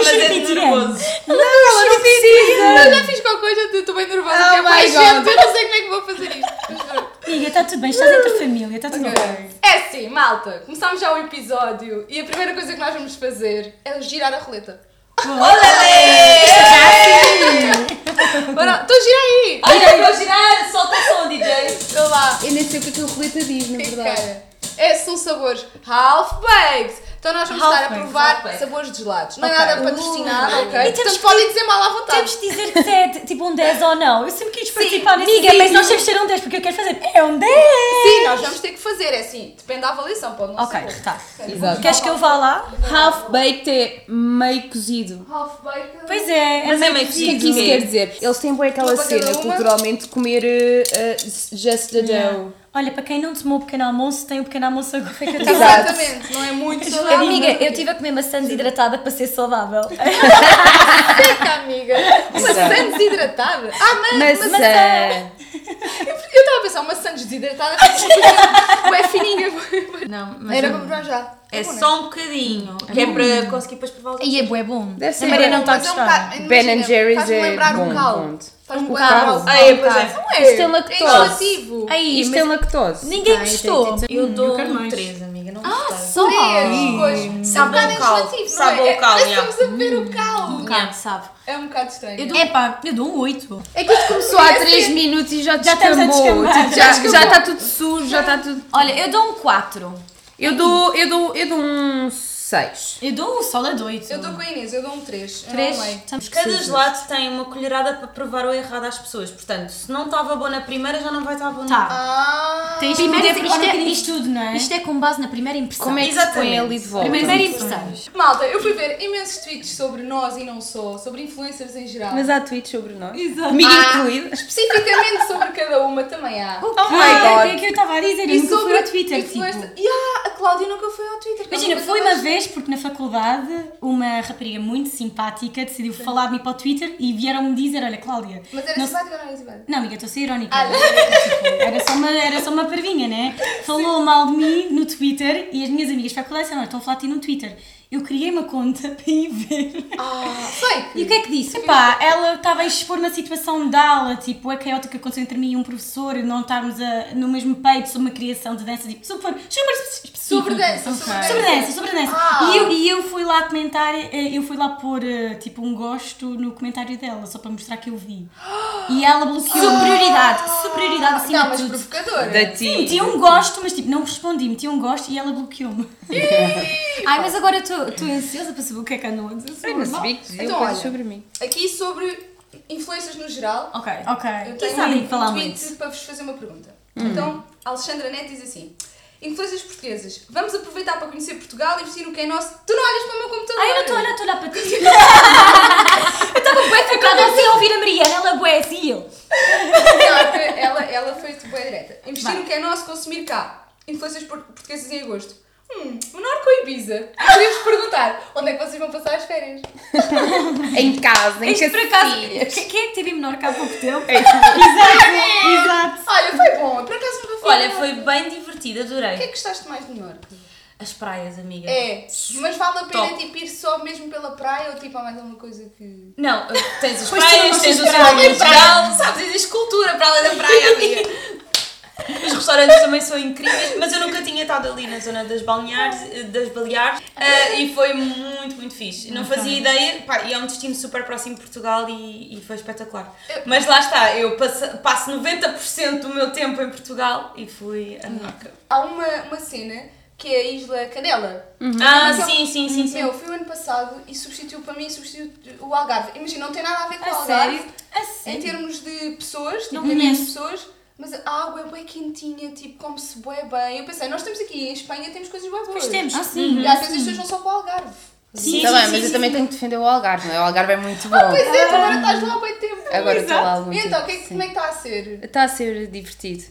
mas é nervoso. Ela não precisa. Eu já fiz qualquer coisa, estou bem nervosa. Oh que é mais my God. gente, eu não sei como é que vou fazer isto. Amiga, está tudo bem, estás entre a família, está tudo bem. É assim, malta, começámos já o episódio e a primeira coisa que nós vamos fazer é girar a roleta. Olé! Bora, estou a girar aí! Olha, vou girar, solta o som, DJ. Estou lá. Eu nem sei o que aquela roleta diz, na verdade. São sabores half-baked. Então nós vamos estar a Half-baked, provar half-baked. sabores de gelados. Não é Ok. nada patrocinado, ok? E temos Portanto, que- podem dizer mal à vontade. Temos de dizer que se é tipo um 10 ou não. Eu sempre quis participar nesse amiga, vídeo. mas Mas nós temos de ser um 10 porque eu quero fazer. É um 10! Sim, nós vamos ter que fazer, é assim, depende da avaliação, pode não Ok, ser. tá. Exato. Queres que eu vá lá? Half-baked é meio cozido. Half-baked. Pois é. Mas é meio O que é que isso quer dizer? Eles têm bem aquela Uma para cada cena, uma. culturalmente, de comer just the dough. Olha, para quem não tomou o pequeno almoço, tem o pequeno almoço agora. Foi que eu Exato. Exatamente, não é muito saudável. Amiga, eu estive a comer maçã desidratada para ser saudável. Seca, amiga. Uma Exato. maçã desidratada. Ah, Maçã. eu estava a pensar, uma maçã desidratada é fininha. Não, mas Era para provar já. é bom, só um bocadinho, que é para conseguir depois provar os E é bué bom. Deve ser A Maria bué não bom, está a mas gostar. bocado- Ben imagina, Jerry's faz-me é lembrar bom, o cal. ponto. Faz-me O lembrar cal? o cal. Ah, é, pois é. Não é? Isto tem É lactose. enjoativo. Aí, Isto mas tem lactose. ninguém gostou. Eu dou quero um mais. 3, amiga, não Ah, gostei. só? Pois, Sabe é um ao bocado cal. enjoativo, não Sabe é? ao cal, já. Estamos a ver o cal. Um bocado, sabe? É um bocado estranho. Eu dou um 8. É que isto começou há 3 minutos e já Já estamos a descambou. descambar. Tipo, Já já está tudo sujo, já está tudo... Olha, eu dou um 4. Eu dou um 6. Eu dou um sólido 8. Eu estou com a Inês, eu dou um 3. 3. Cada gelado tem uma colherada para provar o errado às pessoas, portanto, se não estava bom na primeira, já não vai estar bom na Tá. Ah, Tens de Primeiro, poder provar um isto é- bocadinho de tudo, não é? Isto é com base na primeira impressão. Como é que se põe Exatamente. ali de volta? Primeira impressão. malta, eu fui ver imensos tweets sobre nós e não só, sobre influencers em geral. Mas há tweets sobre nós. Exato. Comigo Ah. incluída. Especificamente sobre cada uma também há. Oh my O God. que é que eu estava a dizer? Eu nunca fui ao Twitter, influencer- tipo. a Cláudia nunca foi ao Twitter. Imagina, Quando foi coisa uma vez porque na faculdade uma rapariga muito simpática decidiu falar de mim para o Twitter e vieram-me dizer, olha Cláudia... Mas era não- simpática ou não era simpática? Não, amiga, estou a ser irónica. Ah, Tipo, era só uma parvinha, né? Falou mal de mim no Twitter e as minhas amigas de faculdade disseram, olha, estão a falar de ti no Twitter. Eu criei uma conta para ir ver. Fake. E o que é que disse? Epá, ela estava a expor uma situação de aula, tipo, é caótica que aconteceu entre mim e um professor, não estarmos no mesmo peito sobre uma criação de dança, tipo, super específica. Sobre dança, Sobre dança. E eu fui lá comentar, eu fui lá pôr, tipo, um gosto no comentário dela, só para mostrar que eu vi. E ela bloqueou. Superioridade acima Não, de mas tudo. provocadora. Da Sim, ti. meti um gosto, mas tipo, não respondi, meti um gosto e ela bloqueou-me. Ai, mas agora estou ansiosa para saber o que é que andam a dizer. Eu não sabia que diziam Então, coisas olha. sobre mim. Aqui sobre influências no geral. Ok. Eu E tenho sabem um falar tweet muito. para vos fazer uma pergunta. Então, a Alexandra Neto diz assim: influências portuguesas, vamos aproveitar para conhecer Portugal e investir no que é nosso. Tu não olhas para o meu computador. Ai, eu não estou a olhar, estou a olhar para ti. Eu estava bué focada assim a ouvir a Mariana, ela bué assim eu. Não, ela foi tipo bem direta. Investir no que é nosso, consumir cá. Influências portuguesas em agosto. Menorca ou Ibiza? Queríamos perguntar, onde é que vocês vão passar as férias? Em casa, em Isto por acaso, Cacilhas. quem é que teve menor cá há pouco tempo? Exato. Olha, foi bom, por acaso nunca fui. Olha, foi bem divertido, O que é adorei. que gostaste mais de Menorca? As praias, amiga. É, mas vale a pena Top. tipo, ir só mesmo pela praia ou tipo há mais alguma coisa que... Não, tens as Pois tu não praias, tens o gostas de cinema praia. cultural, sabes, existe cultura para além da praia, amiga. Os restaurantes também são incríveis, mas eu nunca tinha estado ali na zona das Baleares e foi muito, muito fixe. Não fazia ideia, pá, e é um destino super próximo de Portugal e foi espetacular. Mas lá está, eu passo 90% do meu tempo em Portugal e fui a Menorca. Há uma cena que é a Isla Cadela. Ah, Então, sim. Meu, fui o ano passado e substituiu para mim o Algarve. Imagina, não tem nada a ver com o A Algarve. sério? A Em sério? termos de pessoas, tipo, Não de ambiente de conheço. pessoas, mas a água é bem quentinha, tipo, come-se bué bem. Eu pensei, nós estamos aqui em Espanha temos coisas bué boas. Pois temos. E às vezes as pessoas vão só para o Algarve. Sim, Tá bem, mas eu também tenho que defender o Algarve, não é? O Algarve é muito bom. Pois é, tu agora estás lá há bem tempo. Agora estou lá há algum E tempo. então, sim. como é que está a ser? Está a ser divertido.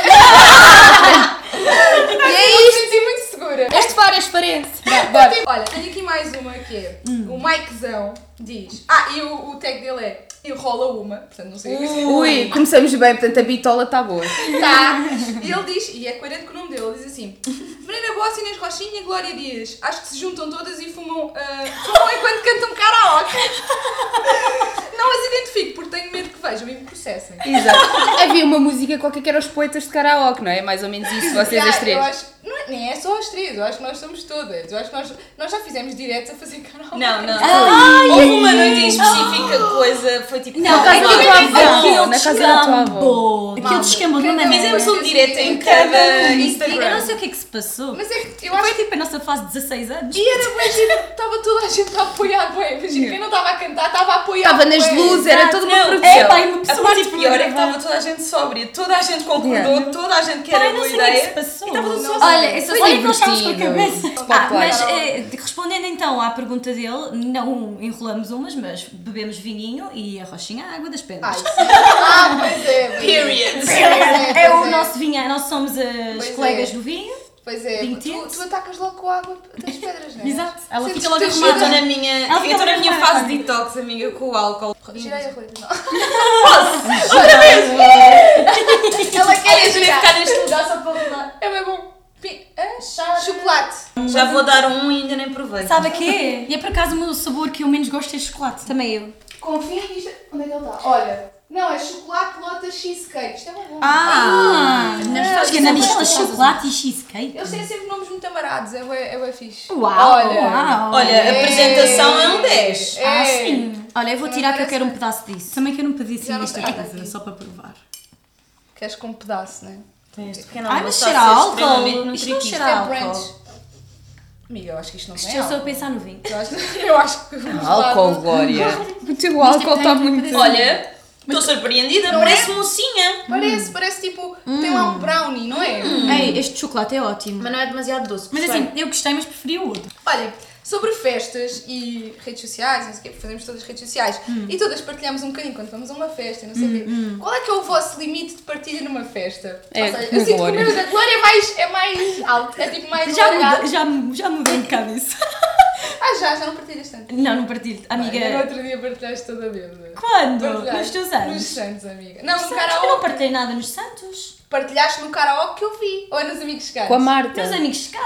E é isto, senti muito segura. Este faro é transparente. Olha, tenho aqui mais uma que é o Mikezão diz. E o tag dele é enrola uma, portanto não sei. Ui, começamos bem, portanto a bitola está boa. Tá. E ele diz, e é coerente com o nome dele, ele diz assim: Brenda Bossa, Inês Rochinha e Glória Dias. Acho que se juntam todas e fumam enquanto cantam karaoke. Não as identifico porque tenho medo que vejam e me processem. Exato. Havia uma música qualquer que era os poetas de karaoke, não é? Mais ou menos isso, vocês as três. Eu acho, nem é só as três, eu acho que nós somos todas. Eu acho que nós já fizemos diretos a fazer karaoke. Não. Houve uma noite em específica, coisa, foi tipo... Na casa da tua avó. Na casa da tua avó. Aquilo descambou de uma maneira. Fizemos um direto em cada Eu Instagram. não sei o que é que se passou. Mas é que eu acho Foi tipo a nossa fase de 16 anos. E era bem giro, estava toda a gente a apoiar bem. Imagina, quem não estava a cantar estava a apoiar. Estava nas bué. luzes, era toda uma Não, produção. É, pá, e uma A pessoa parte tipo, pior é que gravar. estava toda a gente sóbria, toda a gente concordou, toda a gente que era Ai, não boa sei o que é que se ideia. passou. E estava tudo Não, só Olha, eu só Foi sei Olha que nós estávamos com a divertido. cabeça. Spotlight. Mas respondendo então à pergunta dele, não enrolamos umas, mas bebemos vinhinho e a rochinha a água das Ai, pedras. sim. Pois é. Period. É o pois é. nosso vinho, nós somos as Pois colegas é. do vinho. Pois é, Vinho tu tinto. atacas logo com a água das pedras, não é? Exato. Ela Sentes fica logo que tu Eu estou arrumada. na minha, Ela eu fica estou na minha arrumada. fase de detox, amiga, com o álcool. Girei a rolha, não. Ela Olha, quer jurei ficar neste lugar só para rodar. É bem bom. Chocolate. Já vou dar um e ainda nem provei. Sabe o quê? E é por acaso o meu sabor que eu menos gosto é chocolate. Também eu. Confia que isto... Onde é que ele está? Olha. Não, é chocolate lota cheesecake. Isto é bem bom. Mas que na Michela chocolate e cheesecake. Eles têm sempre nomes muito amarados. É bué fixe. Uau! Olha. Uau. Olha, a apresentação é um 10. Ah, É. sim. Olha, eu vou tirar que eu parece quero um bem. pedaço disso. Também quero um pedacinho Já não desta tem. coisa, só para provar. Queres com um pedaço, não é? Tem este pequeno Ai, almoço mas a cheira ser a álcool. extremamente Isto não nutritivo. cheira a É álcool. brunch. Amiga, eu acho que isto não Isto tem é só eu álcool. pensar no vinho. Eu acho que vamos lá. Álcool, Glória. O teu álcool está muito... Olha, estou surpreendida, Não parece é? mocinha. Parece tipo, tem lá um brownie, não é? Ei, este chocolate é ótimo. Mas não é demasiado doce. Mas gostei. assim, eu gostei, mas preferi o outro. Olha, sobre festas e redes sociais, não sei o quê, fazemos todas as redes sociais e todas partilhamos um bocadinho quando vamos a uma festa, não sei o quê. Qual é que é o vosso limite de partilha numa festa? É, Ou seja, eu sinto que o Glória. meu da Glória é mais alto, é tipo mais Já largado. mudei um bocado isso. Já não partilhas tanto. Não partilho. Amiga, Olha, no outro dia partilhaste toda a bêbada. quando? Partilhaste. Nos teus Nos anos? Santos, amiga. Não, no Eu não karaoke. partilhei nada nos Santos. Partilhaste no karaoke que eu vi. Ou é nos amigos chegados? Com a Marta. Meus amigos chegados.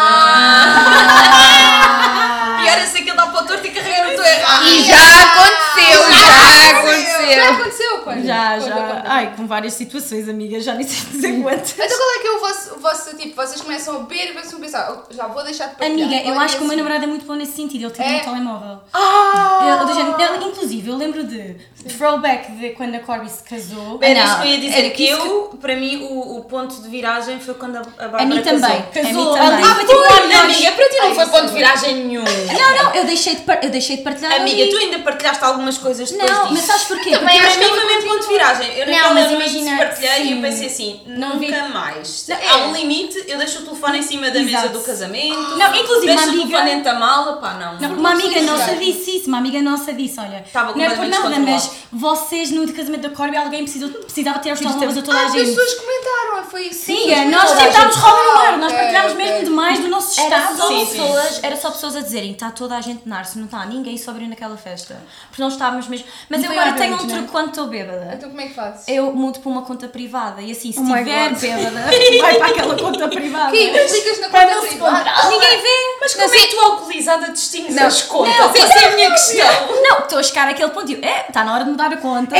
Pior é ser que ele dá para o torto e carregar no teu errado. E já aconteceu, já aconteceu. Já aconteceu, quando? Já. Quando? Ai, com várias situações, amiga, já nem sei dizer quantas. Então qual é que é o vosso tipo? Vocês começam a beber e começam a pensar, "Oh, já vou deixar de partilhar." Amiga, Qual eu é acho que o meu esse? namorado é muito bom nesse sentido, ele tem É? um telemóvel. Ah! Inclusive, eu lembro de throwback de quando a Corby se casou. Era Não, isso que eu ia dizer, era que isso para mim, o ponto de viragem foi quando a Bárbara A mim casou. também. Casou. A mim também. Ah, Foi tipo, foi, amiga, para ti não Ai, foi isso ponto é de viragem nenhum. Não, eu deixei de partilhar. Amiga, ali. tu ainda partilhaste algumas coisas depois Não, disso. mas sabes porquê? Também Para acho mim que foi ela mesmo ponto de viragem. Eu Não, naquela mas noite imagina, partilhei e eu sim. pensei assim, Não nunca vi- mais. Não, Há um limite, eu deixo o telefone em cima da mesa Exato. do casamento. Não, inclusive, deixo uma o amiga- telefone dentro da mala, pá, não. Não, uma amiga Não, nossa não. disse isso, uma amiga nossa disse, olha, Estava não é por completamente nada, mas descontrolado. vocês no casamento da Corby alguém precisava ter os telemóveis a toda a As gente. pessoas comentaram, foi isso. Sim, As nós pessoas tentámos comentaram. roubar o nós Ok, partilhámos ok. mesmo demais do nosso estado. Sim. Era só pessoas a dizerem, está toda a gente narce, não está ninguém sóbrio naquela festa. Porque nós estávamos mesmo. Mas Não eu foi agora tenho um ardente, truque quando estou bêbada. Então como é que fazes? Eu mudo para uma conta privada e assim, se Oh my estiver God. bêbada, vai para aquela conta privada. Que clicas na Para conta não se privada? encontrar. Ninguém vê. Mas como é que tu alcoolizada distingues Não. as contas? Essa é a minha questão. Não, estou a chegar àquele ponto e eu, está na hora de mudar a conta.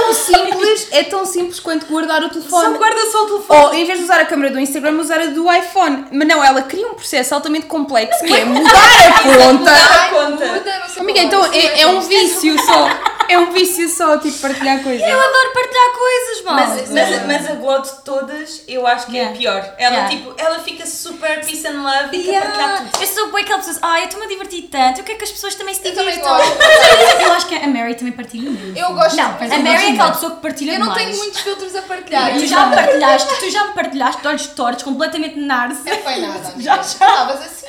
É tão simples quanto guardar o Só telefone. guarda só o telefone. Ou, em vez de usar a câmera do Instagram, usar a do iPhone. Mas não, ela cria um processo altamente complexo, que é mudar a conta. Dá conta. Muda, não sei Amiga, qual então é. é um vício só. É um vício só, tipo, partilhar coisas. Eu adoro partilhar coisas, mal. Mas a Gló de todas, eu acho que é a Yeah. pior. Ela, Yeah. tipo, ela fica super peace and love e quer partilhar tudo. Eu sou boa aquela pessoa, eu estou-me a divertir tanto, eu quero que as pessoas também se Eu também divirtam. gosto. Eu acho que a Mary também partilha muito. Eu gosto. Não, mas a eu Mary é gosto aquela muito. pessoa que partilha Eu não demais. tenho muitos filtros a partilhar. Tu já me partilhaste de olhos tortos, completamente narce. Não foi nada, amiga. Já. Estavas assim.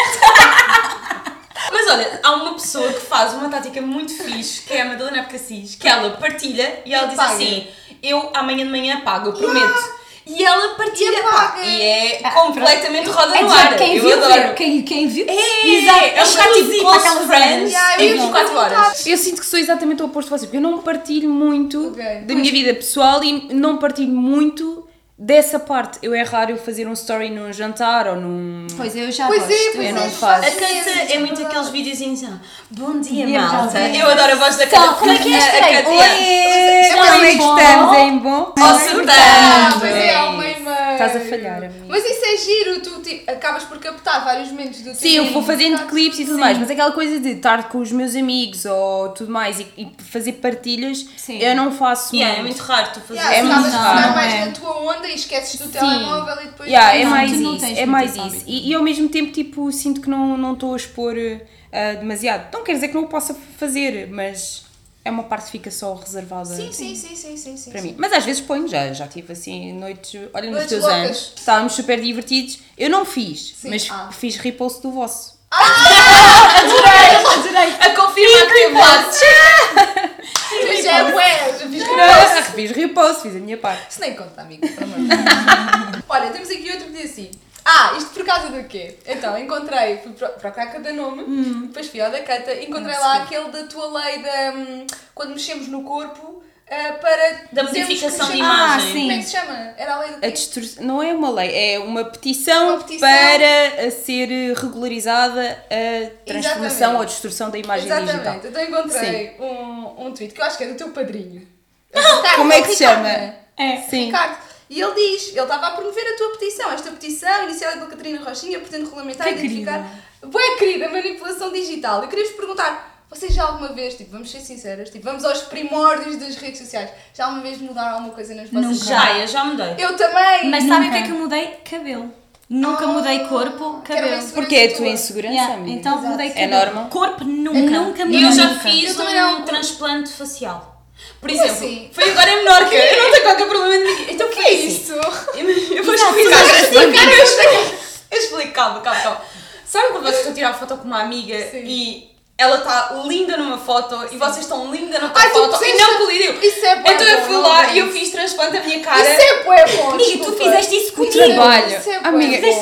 Mas olha, há uma pessoa que faz uma tática muito fixe, que é a Madalena Abcacis, que ela partilha e ela diz Paga. assim, eu amanhã de manhã pago, eu prometo. E ela partilha, E pá, apaga. e é completamente roda É no dizer, ar. quem Eu viu, adoro. ver. Quem viu, Exato, é um bocado tipo close aquelas friends Yeah, eu em ia 24 perguntar. horas. Eu sinto que sou exatamente o oposto de vocês, porque eu não partilho muito Ok. da minha vida pessoal e não partilho muito dessa parte, é raro eu fazer um story num jantar ou num... Pois eu já Pois gosto. é, pois eu não é. faço. A Cata é muito aqueles videozinhos bom dia, Dia, malta. malta. Eu adoro a voz da Cata. como é que é? A Espera aí. Cata Oi, Estamos como é em que bom? estamos? Em bom? Pois é, ao meio. Estás a falhar, amiga. Mas isso é giro, tu tipo, acabas por captar vários momentos do teu Sim, eu dia vou fazendo e clipes e tudo mais, mas aquela coisa de estar com os meus amigos ou tudo mais e fazer partilhas, Sim. eu não faço É muito raro tu fazer Yeah, É acabas muito de ficar raro, mais é. na tua onda e esqueces do telemóvel e depois... É Não, mais tu não isso, tens é muito mais esse isso. hábito. E ao mesmo tempo, tipo, sinto que não estou a expor demasiado. Não quer dizer que não o possa fazer, mas é uma parte que fica só reservada Sim. para mim. Mas às vezes ponho, já tive assim noites, olha, nos Noites teus loucas. anos, estávamos super divertidos. Eu não fiz, Sim. mas fiz repost do vosso. a confirmar que fazes. Tu já é bué, já fiz Fiz repost, fiz a minha parte. Isso nem conta, amigo, pelo amor de Deus. Olha, temos aqui outro que diz assim. Isto por causa do quê? Então, encontrei, fui procurar cada nome, depois fui ao da Cata, encontrei lá aquele da tua lei da... quando mexemos no corpo, para... Da dizermos modificação que de mexemos- imagem. Como é que se chama? Era a lei do quê? Não é uma lei, é uma petição, Uma petição. para ser regularizada a transformação Exatamente. ou distorção da imagem digital. Exatamente, então encontrei um tweet que eu acho que é do teu padrinho. Como é que se chama? É. Sim. Ricardo. E ele diz, ele estava a promover a tua petição. Esta petição, iniciada pela Catarina Rochinha, pretende regulamentar e Que identificar... Boa querida, manipulação digital. Eu queria-vos perguntar, vocês já alguma vez, tipo, vamos ser sinceras, tipo, vamos aos primórdios das redes sociais, já alguma vez mudaram alguma coisa nas vossas Já, eu já mudei. Eu também! Mas sabem o Nunca. que é que eu mudei? Cabelo. Nunca mudei corpo, que era uma cabelo. insegurança Porque é a tua tua. insegurança, Yeah, amiga. então Exato. mudei É cabelo. normal. Corpo nunca. Nunca E mudei. eu já nunca. fiz Eu também não. um transplante facial. Por Como exemplo, assim? foi agora em Menorca. Eu não tenho qualquer problema de ninguém. Então o que é isso? Isso! Eu vou explicar. Eu explico, calma. Sabe quando vocês estão a tirar foto com uma amiga Sim. e ela está linda numa foto e vocês estão linda noutra Ai, tu foto e puseste- não colidiu? Isso é bué Então eu bom, fui não lá é? e eu fiz transplante da minha cara. Isso é bué bom, Amiga, tu desculpa. fizeste isso O comigo. trabalho. Isso é bué Amiga, bom.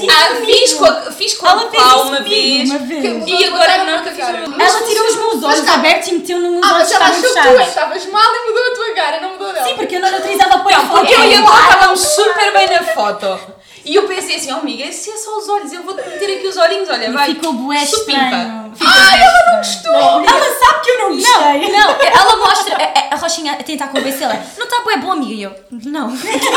Fiz com a Ela fez Clau isso uma comigo vez. uma vez. E agora nunca fiz cara. a mesma. Ela tirou os meus olhos calma. abertos e meteu nos Mas olhos que ela estavam achou que tu fechados. estavas mal e mudou a tua cara, não mudou dela. Sim, porque eu não utilizava apoio Não, foto. porque eu e a Clau estávamos super bem na foto. E eu pensei assim, oh amiga, se é só os olhos, eu vou-te meter aqui os olhinhos, olha, vai. Ficou bué Supimpa. estranho. Ela não gostou. Ela sabe que eu não gostei. Não, ela mostra, a Rochinha a tentar convencê-la. Não está bué bom, amiga. E eu, não.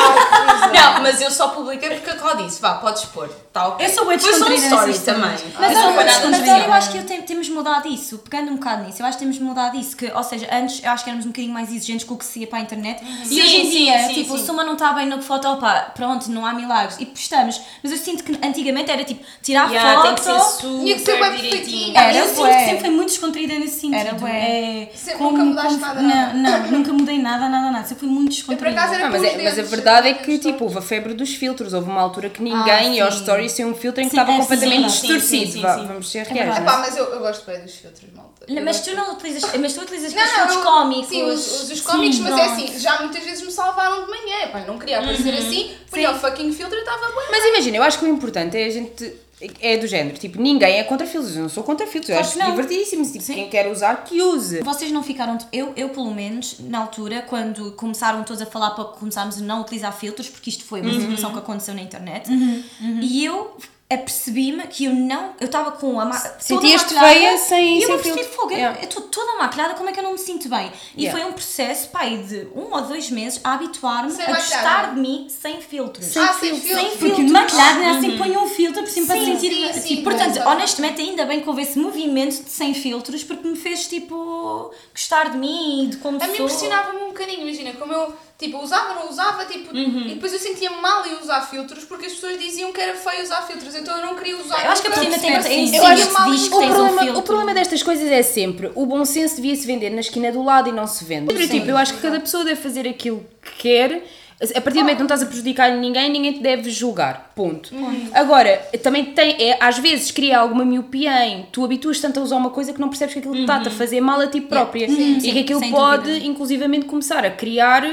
Não, mas eu só publiquei porque a Clau disse, vá, podes pôr, tá ok. Eu sou bué Foi só um descontraída story nessas também. coisas. Mas não olha, foi nada mas especial. eu acho que temos mudado isso, pegando um bocado nisso, eu acho que temos mudado isso, que, ou seja, antes eu acho que éramos um bocadinho mais exigentes com o que se ia para a internet e Sim, hoje em sim, dia, sim, tipo, sim. se uma não está bem na foto, opá, pronto, não há milagres e postamos, mas eu sinto que antigamente era tipo, tirar Yeah, tem foto, que ser super Tinha que ser bem direitinho. perfeitinho. Era eu bué. sinto que sempre fui muito descontraída nesse sentido. Era bué. É, Sempre nunca mudaste nada, nada. Não, nunca mudei nada, sempre fui muito Eu, por descontraída. acaso, era Não, mas, pelos mas a dedos, verdade é sempre que gostou. tipo, houve a febre dos filtros. Houve uma altura que ninguém ia aos sim. stories sem um filtro em que Sim, estava é, completamente sim, distorcido. sim, Vá, sim. vamos ser verdade. reais. Epá, mas eu gosto bem dos filtros, malta. Eu Mas gosto tu não utilizas, mas tu utilizas Não, os filtros eu- cómicos. Sim, os cómicos, Sim, mas é pronto. assim, já muitas vezes me salvaram de manhã. Pá, eu não queria aparecer assim, punha o fucking filtro e estava bem. Mas imagina, eu acho que o importante é a gente. É do género, tipo, ninguém é contra filtros. Eu não sou contra filtros, eu Claro acho que não. divertidíssimo. Tipo, quem quer usar, que use. Vocês não ficaram. Eu, pelo menos, na altura, quando começaram todos a falar para começarmos a não utilizar filtros, porque isto foi uma situação que aconteceu na internet, e eu apercebi-me que eu não. Eu estava com a Sentias-te toda maquilhada, feia sem- e eu sem apercebi filtro. fogo. Yeah. Eu estou toda maquilhada, como é que eu não me sinto bem? E Yeah. foi um processo, pai, de 1 ou 2 meses a habituar-me Sem a maquilhagem. gostar de mim sem filtros. Sem filtro. Sem Porque maquilhada é assim, põe um filtro por cima para Sim, sentir. sim, sim. Portanto, Exato. honestamente, ainda bem que houve esse movimento de sem filtros, porque me fez, tipo, gostar de mim e de como A mim sou. impressionava-me um bocadinho, imagina, como eu, tipo, usava, não usava, tipo, e depois eu sentia mal em usar filtros porque as pessoas diziam que era feio usar filtros, então eu não queria usar. Eu acho que a nunca. pessoa ainda tem Assim, eu eu acho acho que mal diz em que usar. tens um filtro. O problema destas coisas é sempre o bom senso devia-se vender na esquina do lado e não se vende. Tipo, eu acho que cada pessoa deve fazer aquilo que quer. A partir do momento que não estás a prejudicar ninguém te deve julgar. Ponto. Agora, também às vezes cria alguma miopia em tu habituas tanto a usar uma coisa que não percebes que aquilo está-te a fazer mal a ti própria. E que aquilo sem pode, dúvida. inclusivamente, começar a criar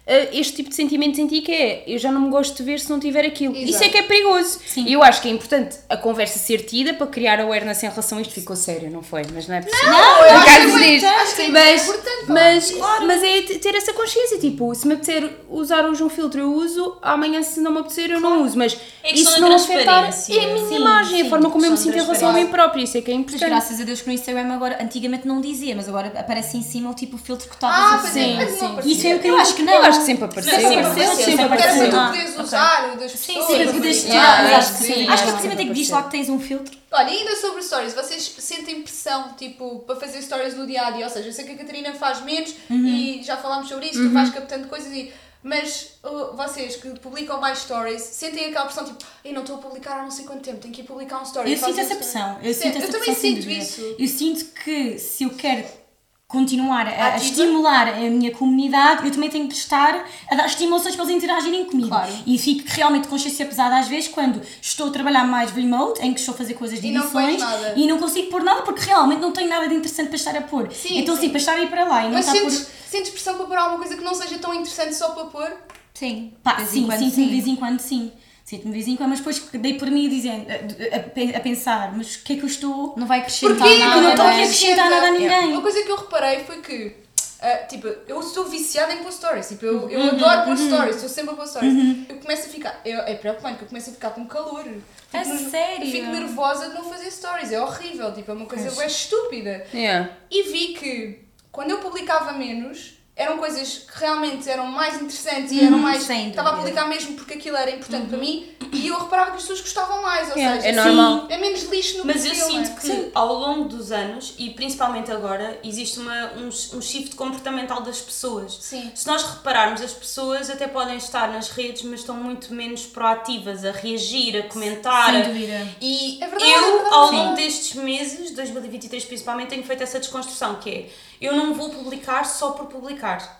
este tipo de sentimentos em ti que é, eu já não me gosto de ver se não tiver aquilo. Exato. Isso é que é perigoso. E eu acho que é importante a conversa ser tida para criar awareness em relação a isto. Ficou sério, não foi? Mas não é preciso. eu Não acho quero que dizer é isto. importante, Mas é ter essa consciência, tipo, se me apetecer usar hoje um filtro, eu uso, amanhã se não me apetecer, eu não uso. Mas É questão isso de não afetar transparência. é a minha Sim, imagem, a sim, forma como eu me questão sinto de em relação a mim própria. Isso é que é Mas importante. graças a Deus que no Instagram agora, antigamente não dizia, mas agora aparece em cima o tipo filtro que está Pois é, Sim, mas sim. não aparecia. Isso é o que eu acho que não. Eu acho que sempre apareceu. Sempre não é? apareceu, Sempre sempre Era para apareceu. tu poderes usar o das Sim, pessoas. sim, Sim, podes sim. tirar. Ah, Acho que sim, sim. sim. Acho que precisamente é que diz lá que tens um filtro. Olha, e ainda sobre stories, vocês sentem pressão, tipo, para fazer stories no dia-a-dia? Ou seja, eu sei que a Catarina faz menos e já falámos sobre isso, tu vais captando coisas mas vocês que publicam mais stories, sentem aquela pressão, tipo, eu não estou a publicar há não sei quanto tempo, tenho que ir publicar um story. Eu sinto faço essa um pressão. story. Eu sinto essa também pressão, sem sinto dúvida. isso. Eu sinto que se eu quero continuar a Ativa? estimular a minha comunidade, eu também tenho de estar a dar estimulações para eles interagirem comigo. Claro. E fico realmente de consciência pesada às vezes quando estou a trabalhar mais remote, em que estou a fazer coisas de E não edições pões nada. e não consigo pôr nada porque realmente não tenho nada de interessante para estar a pôr. Sim, então, sim. assim, para estar a ir para lá e não Mas estar a pôr. sentes pressão para pôr alguma coisa que não seja tão interessante só para pôr? Sim, pá, vez em sim, quando, sinto-me de sim. vez em quando, sim. Sinto-me de vez em quando, mas depois dei por mim dizendo, a pensar, mas o que é que eu estou. Não vai acrescentar Porquê? nada. Eu não estou não aqui a é? acrescentar nada a ninguém. Uma coisa que eu reparei foi que, tipo, eu estou viciada em pôr stories. Tipo, eu adoro pôr stories, estou sempre a pôr stories. Eu começo a ficar, é preocupante que eu começo a ficar com calor. A sério? Eu fico nervosa de não fazer stories, é horrível, tipo, é uma coisa bem estúpida. Yeah. E vi que, quando eu publicava menos, eram coisas que realmente eram mais interessantes e eram mais... sem Estava a dúvida. publicar mesmo porque aquilo era importante para mim e eu reparava que as pessoas gostavam mais, ou Yeah, seja, é normal. é menos lixo no Mas eu perfil, sinto não é? que ao longo dos anos, e principalmente agora, existe um shift comportamental das pessoas. Sim. Se nós repararmos, as pessoas até podem estar nas redes, mas estão muito menos proativas, a reagir, a comentar. Sem dúvida. E É verdade, eu, é verdade. ao Sim. longo destes meses, 2023 principalmente, tenho feito essa desconstrução, que é, eu não vou publicar só por publicar.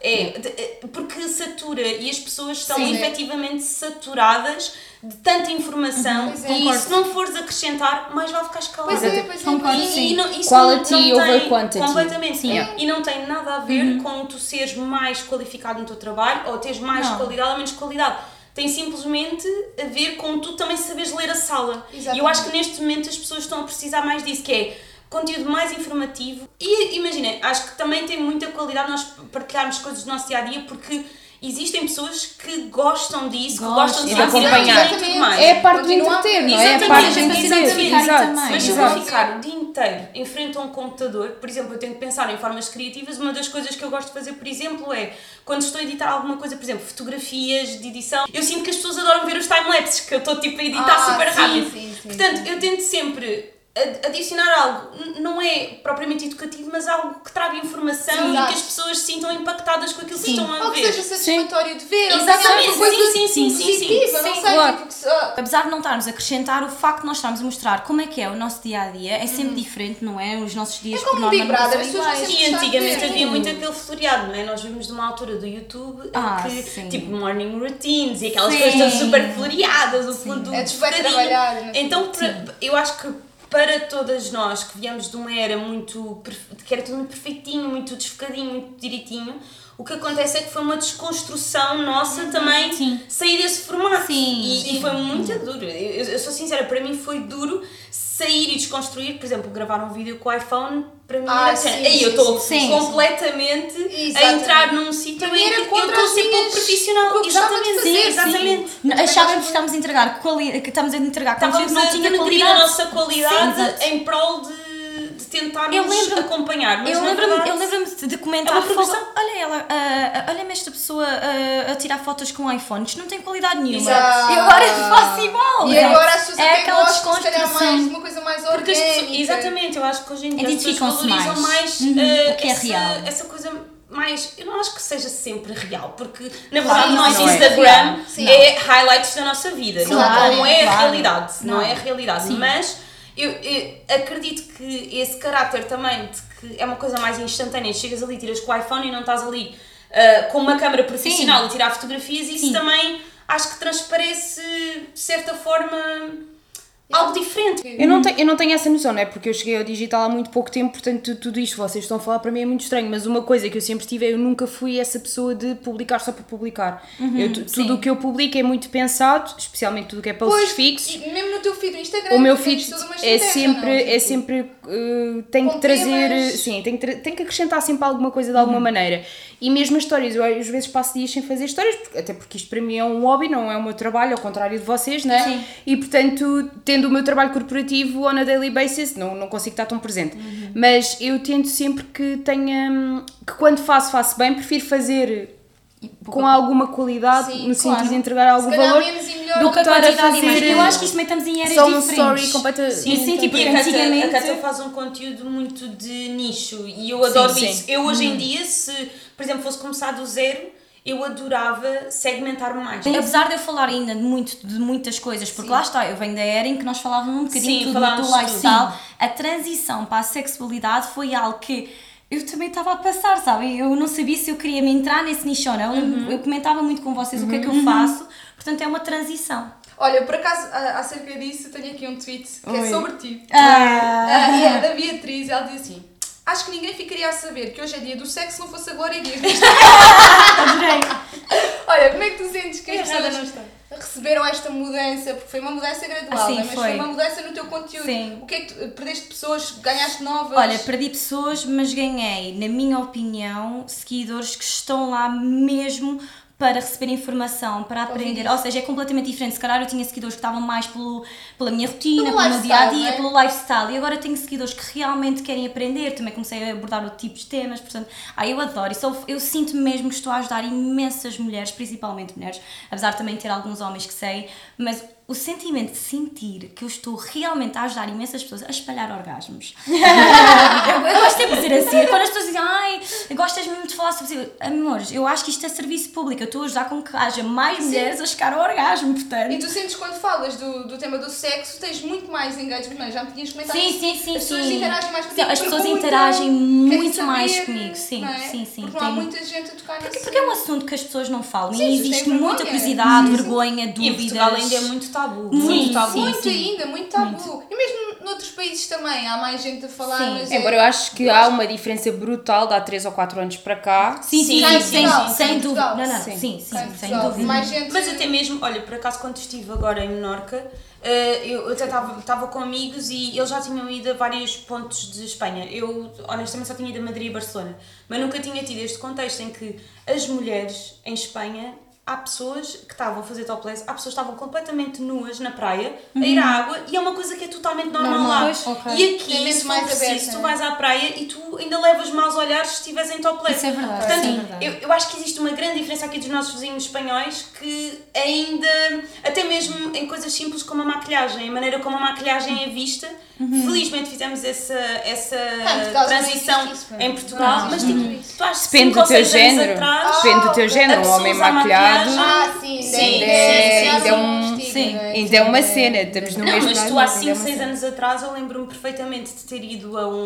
Porque satura e as pessoas estão Sim. efetivamente saturadas de tanta informação Pois é. e Concordo. se não fores acrescentar, mais vai ficar escalado. Pois é. Concordo, E- sim. E não, isso Quality não over tem, quantity. Completamente. Sim. E não tem nada a ver com tu seres mais qualificado no teu trabalho ou teres mais Não. qualidade ou menos qualidade. Tem simplesmente a ver com tu também saberes ler a sala. Exatamente. E eu acho que neste momento as pessoas estão a precisar mais disso, que é conteúdo mais informativo. E imagina, acho que também tem muita qualidade nós partilharmos coisas do nosso dia-a-dia, porque existem pessoas que gostam disso, que gostam de e de sentir acompanhar. e tudo mais. É a parte do Continua a entreter, ver. não é? A Exatamente, parte do tem que entreter. identificar Exato, também. Mas se eu exato. vou ficar o dia inteiro em frente a um computador, por exemplo, eu tenho que pensar em formas criativas, uma das coisas que eu gosto de fazer, por exemplo, é quando estou a editar alguma coisa, por exemplo, fotografias de edição, eu sinto que as pessoas adoram ver os timelapses, que eu estou tipo a editar super sim, rápido. sim, Portanto, eu tento sempre adicionar algo, não é propriamente educativo, mas algo que traga informação Sim, e exato. que as pessoas se sintam impactadas com aquilo que Sim, estão a ou que ver. seja satisfatório de ver, ou que Exatamente, seja uma coisa sim. positiva, não Sim, sei, claro. tipo, Apesar de não estarmos a acrescentar, o facto de nós estarmos a mostrar como é que é o nosso dia-a-dia é sempre diferente, não é? Os nossos dias É por como norma Big não Brother, são as pessoas vão iguais. sempre E gostar de antigamente ver. havia muito aquele floreado, não é? Nós vimos de uma altura do YouTube em que, sim. tipo, morning routines e aquelas Sim. coisas todas super floreadas, o fundo É de vai focadinho. trabalhar, não sei. Então, eu acho que para todas nós que viemos de uma era muito, que era tudo muito perfeitinho, muito desfocadinho, muito direitinho, o que acontece é que foi uma desconstrução nossa também Sim. sair desse formato. Sim. E foi muito duro. Eu sou sincera, para mim foi duro sair e desconstruir, por exemplo, gravar um vídeo com o iPhone, para mim era sim, aí sim, eu estou sim. completamente a Exatamente. entrar num sítio Para mim em era que eu contra estou a as ser pouco minhas- profissional. o que eu gostava de Exatamente, fazer, sim, exatamente. Achávamos que estamos a entregar que estamos a entregar conteúdo Estávamos que não a tinha denegrir qualidade. a nossa qualidade Sim, exato. em prol de tentarmos Eu lembro-me- acompanhar, mas Eu na lembro-me verdade, de comentar, é uma progressão. olha ela, olha-me esta pessoa a tirar fotos com iPhone, isto não tem qualidade nenhuma. Exato. Eu agora faço igual. E agora as pessoas é até aquela gostam, se calhar, desconstrução. mais de uma coisa mais porque as orgânica. pessoas, exatamente, eu acho que hoje em dia as pessoas Identificam-se valorizam mais. mais, O que é essa, real. essa coisa mais, eu não acho que seja sempre real, porque na Claro, verdade o nosso não é. Instagram Sim. é highlights da nossa vida, Claro, não é a claro. realidade, não Não. é a realidade, mas eu acredito que esse caráter também de que é uma coisa mais instantânea, chegas ali, tiras com o iPhone e não estás ali com uma câmera profissional a tirar fotografias, isso Sim. também acho que transparece de certa forma algo diferente. Eu não tenho essa noção, não é? Porque eu cheguei ao digital há muito pouco tempo, portanto tudo isto que vocês estão a falar para mim é muito estranho, mas uma coisa que eu sempre tive é eu nunca fui essa pessoa de publicar só para publicar. Tudo o que eu publico é muito pensado, especialmente tudo o que é posts fixos. E mesmo no teu feed do Instagram, O meu tu feed tens toda uma é estratégia, sempre tem que com trazer, temas. sim, tem que acrescentar sempre alguma coisa de alguma maneira. E mesmo as histórias, eu às vezes passo dias sem fazer histórias, até porque isto para mim é um hobby, não é o meu trabalho, ao contrário de vocês, não é? Sim. E portanto, tendo o meu trabalho corporativo on a daily basis, não consigo estar tão presente. Mas eu tento sempre que tenha, que quando faço bem, prefiro fazer com alguma qualidade, Sim, no claro. sentido de entregar algum Se calhar valor, menos e melhor do que estar a quantidade e mais. fazer Eu acho que isto também estamos em eras só um diferentes. story completamente. Sim, tipo, E a antigamente... Cata faz um conteúdo muito de nicho e eu adoro Sim, isso. sim. Eu hoje em dia, se por exemplo fosse começar do zero, eu adorava segmentar-me mais. Apesar de eu falar ainda de muitas coisas, porque lá está, eu venho da era em que nós falávamos um bocadinho Sim, tudo falámos do de lifestyle, a transição para a sexualidade foi algo que eu também estava a passar, sabem? Eu não sabia se eu queria me entrar nesse nicho ou não, eu comentava muito com vocês o que é que eu faço, portanto é uma transição. Olha, por acaso, acerca disso, tenho aqui um tweet que é sobre ti. E é da Beatriz, ela diz assim: acho que ninguém ficaria a saber que hoje é dia do sexo se não fosse a Glória Dias. Adorei. Olha, como é que tu sentes que as Errada pessoas não está. receberam esta mudança? Porque foi uma mudança gradual, Sim, não é? Mas foi. foi uma mudança no teu conteúdo. Sim. O que é que tu perdeste pessoas, ganhaste novas? Olha, perdi pessoas, mas ganhei, na minha opinião, seguidores que estão lá mesmo para receber informação, para aprender. Ou seja, é completamente diferente. Se calhar eu tinha seguidores que estavam mais pela minha rotina, Pelo pelo meu dia a lifestyle, dia, não é? pelo lifestyle. E agora tenho seguidores que realmente querem aprender. Também comecei a abordar outro tipo de temas. Portanto, eu adoro. Eu sinto mesmo que estou a ajudar imensas mulheres, principalmente mulheres, apesar de também ter alguns homens que sei, mas o sentimento de sentir que eu estou realmente a ajudar imensas pessoas a espalhar orgasmos. eu gosto de dizer assim, quando as pessoas dizem, ai, gostas mesmo de falar sobre isso, amores, eu acho que isto é serviço público, eu estou a ajudar com que haja mais mulheres a chegar ao orgasmo, portanto. E tu sentes quando falas do tema do sexo, tens muito mais engagement, não é? Já me tinhas comentado Sim, isso. sim, sim, As pessoas sim. interagem mais contigo. As pessoas perguntam, interagem querem muito saber, mais comigo, sim, não é? sim, sim. Porque não há muita gente a tocar nesse Porque é um assunto que as pessoas não falam Sim, e as pessoas existe têm muita vergonha. curiosidade, Sim, sim. vergonha, E em dúvidas. Portugal ainda é muito tabu. Muito tabu. Muito sim. ainda, muito tabu. E mesmo noutros países também, há mais gente a falar, Sim. mas Embora eu acho que há uma diferença brutal de há 3 ou 4 anos para cá. Sim, sim, Cá em sim, Portugal, sem cá em dúvida. Portugal. Não, não, Sim. sim, Cá em sem Portugal, dúvida. mais gente... Mas até mesmo, olha, por acaso quando estive agora em Menorca, eu até estava com amigos e eles já tinham ido a vários pontos de Espanha. Eu honestamente só tinha ido a Madrid e Barcelona, mas nunca tinha tido este contexto em que as mulheres em Espanha, há pessoas que estavam a fazer topless, há pessoas que estavam completamente nuas na praia, a ir à água, e é uma coisa que é totalmente normal lá. Pois, ok. E Tem aqui, mente se for mais preciso, aberta, tu né? vais à praia e tu ainda levas maus olhares se estiveres em topless. Isso é verdade, Portanto, isso é verdade. eu acho que existe uma grande diferença aqui dos nossos vizinhos espanhóis que ainda, até mesmo em coisas simples como a maquilhagem, a maneira como a maquilhagem é vista, felizmente fizemos essa Portugal também transição existe isso, em Portugal, mas tipo, tu achas que Depende 5 do ou teu 6 anos género. atrás, Depende do teu género. Um a homem pessoa usa maquilhado. maquilhagem. Sim, Sim, ainda é um- estigma, sim, não é? Ainda é uma cena, estamos no Não, mesmo mas lado, tu há ainda é 5, uma 6 cena. anos atrás eu lembro-me perfeitamente de ter ido a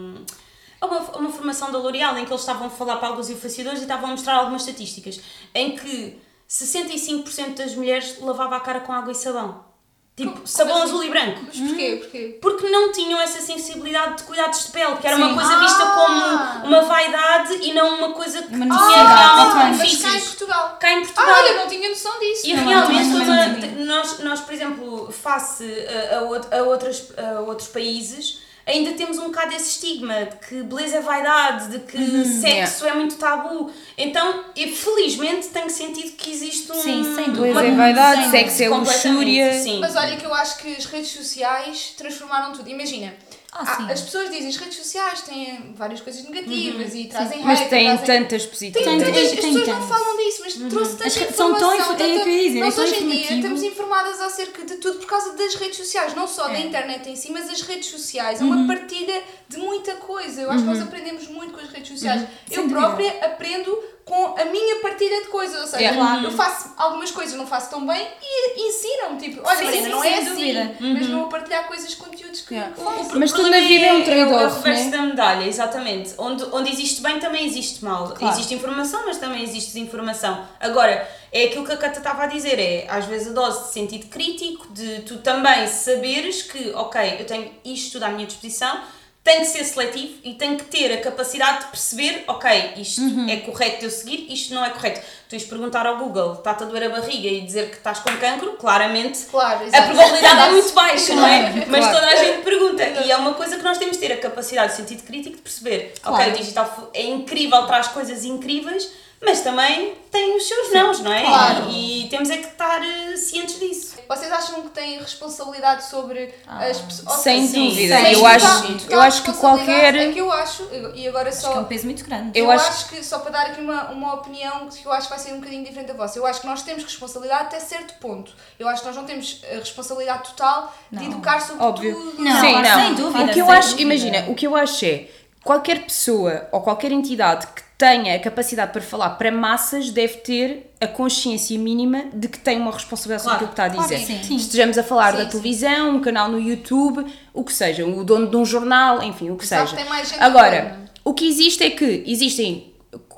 uma formação da L'Oréal em que eles estavam a falar para alguns influenciadores e estavam a mostrar algumas estatísticas em que 65% das mulheres lavava a cara com água e sabão. Tipo, Como sabão assim? azul e branco. Mas porquê? Porquê? Porque não tinham essa sensibilidade de cuidados de pele, que era uma coisa vista como uma vaidade e não uma coisa que tinha necessidade, realmente mas cá em benefícios. Portugal. Cá em Portugal. Olha, não tinha noção disso. E Não, realmente, também foi não tinha. nós, por exemplo, face a outros países, ainda temos um bocado esse estigma de que beleza é vaidade, de que sexo é muito tabu. Então, eu felizmente tenho sentido que existe Sim, sem dúvida. Beleza é vaidade, Sim, sexo é completamente, luxúria. Sim. Mas olha que eu acho que as redes sociais transformaram tudo. Imagina, sim. as pessoas dizem que as redes sociais têm várias coisas negativas e trazem hate. Mas têm trazem... tantas Tem positivas. tantas, as tem pessoas não tantas. falam disso, mas trouxe tanta São tão informação. é o que eu ia dizer, é nós tão hoje em dia informativo. estamos informadas acerca de tudo por causa das redes sociais, não só da internet em si, mas as redes sociais. É uma partilha de muita coisa. Eu acho que nós aprendemos muito com as redes sociais. Eu própria aprendo com a minha partilha de coisas, ou seja, eu faço algumas coisas, não faço tão bem e ensinam-me, tipo, olha Sim, Marina, sim, não sem é assim, dúvida. mas vou partilhar coisas, conteúdos que Mas tudo na vida é um o trade-off, reverso né? da medalha, exatamente. Onde existe bem, também existe mal. Existe informação, mas também existe desinformação. Agora, é aquilo que a Cata estava a dizer, às vezes a dose de sentido crítico, de tu também saberes que, ok, eu tenho isto tudo à minha disposição, tem que ser seletivo e tem que ter a capacidade de perceber, ok, isto é correto de eu seguir, isto não é correto. Tu ires perguntar ao Google, está-te a doer a barriga e dizer que estás com cancro, claramente a probabilidade é muito baixa, não é? Mas toda a gente pergunta e é uma coisa que nós temos de ter a capacidade de sentido crítico de perceber, ok, o digital é incrível, traz coisas incríveis, mas também tem os seus nãos, não é? Claro. E temos é que estar cientes disso. Vocês acham que têm responsabilidade sobre as pessoas? Sem dúvida. Sim. Eu acho que qualquer... É que eu acho, e agora Acho só... que é um peso muito grande. Eu acho que, só para dar aqui uma opinião que eu acho que vai ser um bocadinho diferente da vossa, eu acho que nós temos responsabilidade até certo ponto. Eu acho que nós não temos a responsabilidade total de educar sobre Óbvio. tudo. Não, Sim, claro, não. sem dúvida, O que eu sem acho, dúvida. imagina, o que eu acho é qualquer pessoa ou qualquer entidade que tenha a capacidade para falar para massas deve ter a consciência mínima de que tem uma responsabilidade sobre aquilo que está a dizer. Claro, sim. Estejamos a falar da Sim. televisão, um canal no YouTube, o que seja, o dono de um jornal, enfim, o que Sabe seja. que tem mais gente Agora, a o que existe é que existem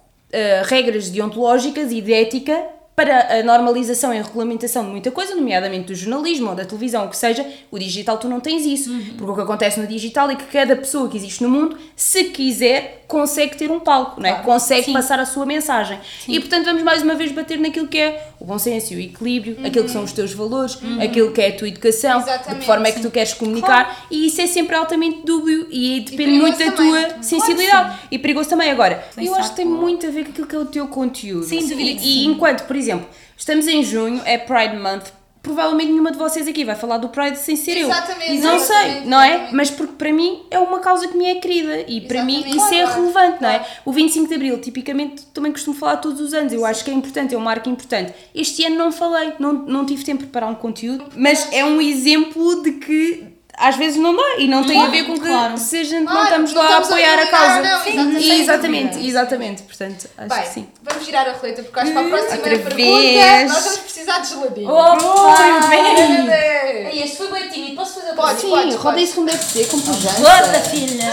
regras deontológicas e de ética para a normalização e a regulamentação de muita coisa, nomeadamente do jornalismo ou da televisão, o que seja. O digital tu não tens isso, porque o que acontece no digital é que cada pessoa que existe no mundo, se quiser, consegue ter um palco, não é? Consegue passar a sua mensagem. E portanto vamos mais uma vez bater naquilo que é o bom senso e o equilíbrio, aquilo que são os teus valores, aquilo que é a tua educação, de Exatamente, que forma é que tu queres comunicar, e isso é sempre altamente dúbio e depende muito da perigoso também. tua sensibilidade. E perigoso também. Agora, eu Pensar acho que tem muito a ver com aquilo que é o teu conteúdo. Sem dúvida que E enquanto, por exemplo, estamos em junho, é Pride Month, provavelmente nenhuma de vocês aqui vai falar do Pride sem ser Exatamente, eu. Não sei, exatamente, não é? exatamente. Mas porque para mim é uma causa que me é querida e para mim Exatamente. isso é Claro, relevante, não é? claro. O 25 de Abril, tipicamente, também costumo falar todos os anos. Eu acho que é importante, é um marco importante. Este ano não falei, não tive tempo de preparar um conteúdo, mas é um exemplo de que às vezes não dá e não tem a ver com que se a gente não Claro, estamos não lá a estamos a apoiar a ligar, causa. não, exatamente. Exatamente, exatamente. Portanto, acho Bem, que sim. vamos girar a roleta porque acho que para a próxima Outra pergunta vez. nós vamos precisar de geladinho. Ei, este foi bem tímido, posso fazer Podes, Sim, podes, roda podes. isso como deve ser, com pujança. Bota, filha!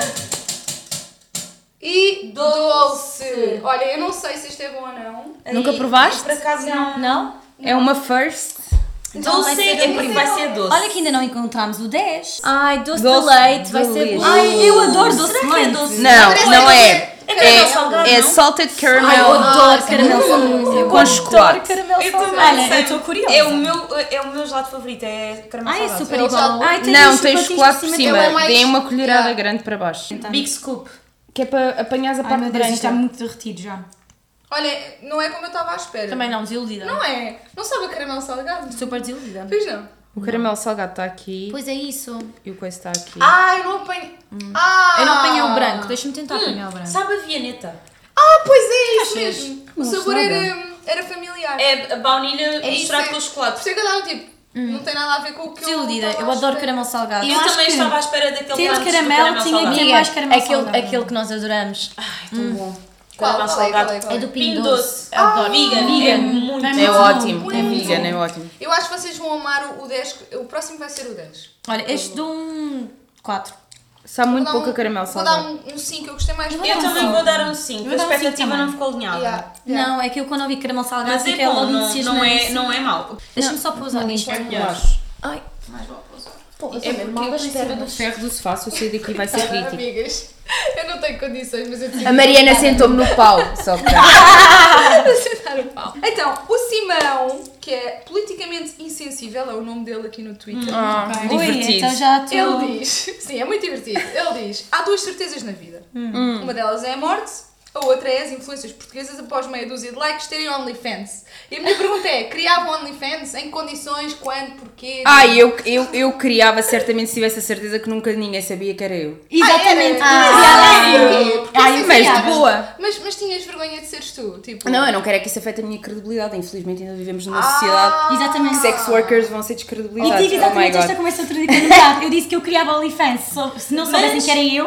E doce. Olha, eu não sei se isto é bom ou não. Nunca provaste? Por acaso não. Não? É uma first. Doce é porque vai ser doce. Olha que ainda não encontramos o 10. Ai, doce, Doce de leite, vai de ser leite. bom. Ai, eu adoro doce de que é leite. doce? Não é. É caramelo salgado, É não? salted Ai, eu caramel adoro caramelo salgado. com chocolate. Eu também Olha, sei. eu estou curiosa. É o meu gelado favorito, é caramelo Ai, é salgado. super Eu igual. já- Ai, Não, os tem chocolatinhos chocolate por cima. Ele é mais- Tem uma colherada Yeah. grande para baixo. Big Scoop. Que é para apanhares a Ai parte meu Deus, isto está branca. muito derretido já. Olha, não é como eu estava à espera. Também não, desiludida. Não é? Não sabe a caramelo salgado? Super desiludida. Pois não. O caramelo salgado está aqui Pois é isso. e o coisa está aqui. Ah, eu não apanhei. Eu não apanhei o branco, deixa-me tentar apanhar o branco. Sabe a vianeta? Ah, pois é, isso mesmo. O Não sabor sabe. era familiar. É a baunilha misturada isso, com Por chocolate. isso é que eu estava tipo, não tem nada a ver com o que Desiludida, estava eu à adoro espera. caramelo salgado. Eu também estava à espera daquele Tendo crunch do caramelo, tinha que salgado. ter mais caramelo Aquele, salgado. aquele que nós adoramos. Ai, tão bom. Qual? Caramelo Qual é? salgado. Qual é? Qual é? É do Pingo Pingo doce. Doce. Adoro. Vegan. É muito É É muito ótimo, bom. é vegan, é ótimo. Eu acho que vocês vão amar o 10. O próximo vai ser o 10. Olha, este dou um 4. Sabe muito Vou dar pouco a caramelo Vou dar salgado. um 5, eu gostei mais do Eu também vou dar um 5. A Vou dar um cinco expectativa também. não ficou alinhada. Yeah, yeah. Não, é que eu quando ouvi caramelo salgado Mas fiquei é logo bom, não, entusiasmadíssima. não é mau. Deixa-me só pousar isto. Ai, É porque eu espero do ferro do sofá, se eu sair daqui vai ser crítico. Amigas, eu não tenho condições, mas eu tive A Mariana sentou-me no pau, só para... sentar o pau. Então, o Simão, que é politicamente insensível, é o nome dele aqui no Twitter. Ui, divertido. então já estou... Ele diz, sim, é muito divertido. Ele diz: há duas certezas na vida. Uma delas é a morte, a outra é as influências portuguesas após meia dúzia de likes terem OnlyFans. E a minha pergunta é: criavam OnlyFans? Em que condições? Quando? Porquê? Ai, eu criava certamente se tivesse a certeza que nunca ninguém sabia que era eu. Exatamente. Ai, Mas de boa. mas tinhas vergonha de seres tu? Tipo, Não, eu não quero é que isso afete a minha credibilidade. Infelizmente ainda vivemos numa sociedade Exatamente. que sex workers vão ser E descredibilizados. digo Oh my exatamente esta god. conversa outro dia com o namorado. Eu disse que eu criava OnlyFans, se não soubessem que era eu,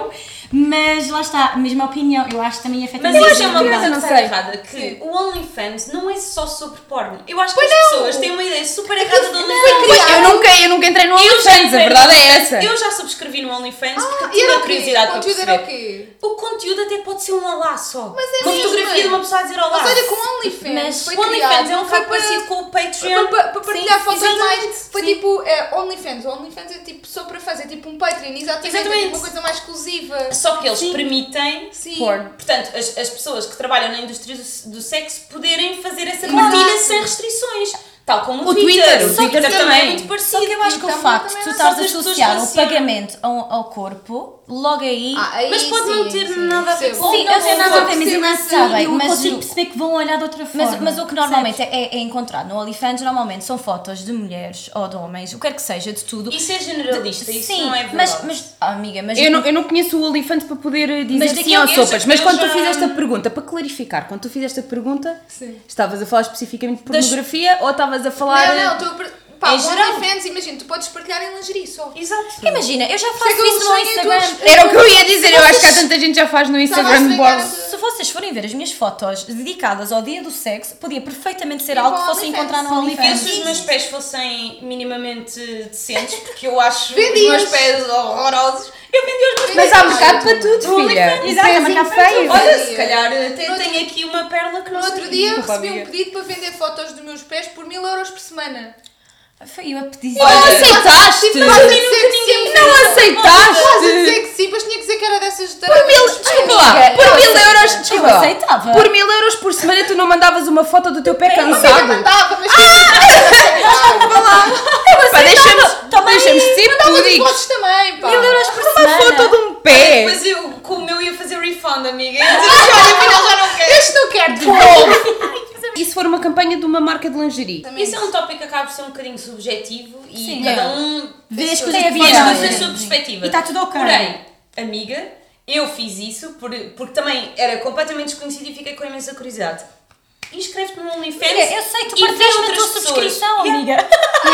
Mas lá está, a mesma opinião, eu acho que também afeta Mas muito. eu acho uma coisa, coisa não que sei. está errada, que o OnlyFans não é só sobre porno. Eu acho que as pessoas têm uma ideia super errada do OnlyFans. Eu nunca entrei no Eu já OnlyFans, a entrei no verdade é OnlyFans. essa. Eu já subscrevi no OnlyFans porque E tinha era o quê? curiosidade O para conteúdo era o perceber. quê? O conteúdo até pode ser um olá só. Mas é uma mesmo, fotografia de uma pessoa a dizer olá. Mas olha, com o OnlyFans Mas foi o OnlyFans criado, é um não foi bocado parecido com o Patreon. para partilhar fotos exatamente. mais. Foi tipo, OnlyFans. O OnlyFans é tipo só para fazer tipo um Patreon, exatamente. É Exatamente. tipo uma coisa mais exclusiva. Só que eles permitem, Sim. Porno. portanto, as pessoas que trabalham na indústria do sexo poderem fazer essa partilha sem restrições. Tal como o Twitter. O Twitter também é também. muito parecido. Só que eu acho que o Então, facto de também tu não estares a só que as pessoas associar o associam. pagamento ao corpo, logo aí. Aí Mas pode não ter nada a ver percebo. com- Sim, não tem nada a ver, mas Percebo eu esse- Tá bem, eu mas consigo o- perceber que vão olhar de outra forma. Mas o que normalmente é encontrado no OnlyFans normalmente são fotos de mulheres ou de homens, o que quer que seja, de tudo. Isso é generalista, isso Sim, não é verdade. amiga, mas Eu não conheço o OnlyFans para poder dizer Mas sim daquilo- aos eu sopas, já- mas eu quando já- tu fizeste a pergunta, para clarificar, quando tu fizeste a pergunta, Sim. estavas a falar especificamente de pornografia ou estavas a falar... Não, estou a... Pá, Em o geral. OnlyFans, imagina, tu podes partilhar em lingerie só. Exato. imagina, eu já Sei faço que eu isso no sonho em Instagram. tuas- Era o que eu ia dizer, eu acho que há tanta gente que já faz no Instagram a sonhar board. essa- Se vocês forem ver as minhas fotos dedicadas ao dia do sexo, podia perfeitamente ser E algo com que fossem OnlyFans. encontrar no Eu, OnlyFans. se os meus pés fossem minimamente decentes, porque eu acho os Vendias. meus pés horrorosos, eu vendi os meus Mas pés. há mercado para tudo, No filha. OnlyFans. Exato, há Pezinho mercado para feio. tudo. Olha, se calhar até No outro- tenho aqui uma perla que No não outro sei. dia Desculpa, recebi amiga. um pedido para vender fotos dos meus pés por 1000€ por semana. Foi eu a pedir. Não aceitaste! Tipo, estás a dizer que sim, Não estás a aceitaste! dizer que sim, mas tinha que dizer que era dessas Por mil, desculpa lá, por 1000€, desculpa lá. aceitava. Por 1000€ por semana tu não mandavas uma foto do teu pé Eu cansado? mandava, mas Pá, deixamos de ser mandava de púdicos. fotos também, pá. 1000€ por Uma semana. foto de um pé. Mas eu, com o meu, ia fazer refund, amiga. Ia dizer assim, olha, afinal já não quero. Este não quero de novo. E se for uma campanha de uma marca de lingerie? Isso é um tópico que acaba por ser um bocadinho subjetivo e Sim. cada um Vê as vê coisas as que coisas fazem. da sua perspectiva. E está tudo ok. Porém, amiga, eu fiz isso porque também era completamente desconhecido e fiquei com imensa curiosidade. Inscreve-te no OnlyFans. Amiga, eu sei, tu e vê partilhas na outras tua pessoas. subscrição, Yeah. amiga.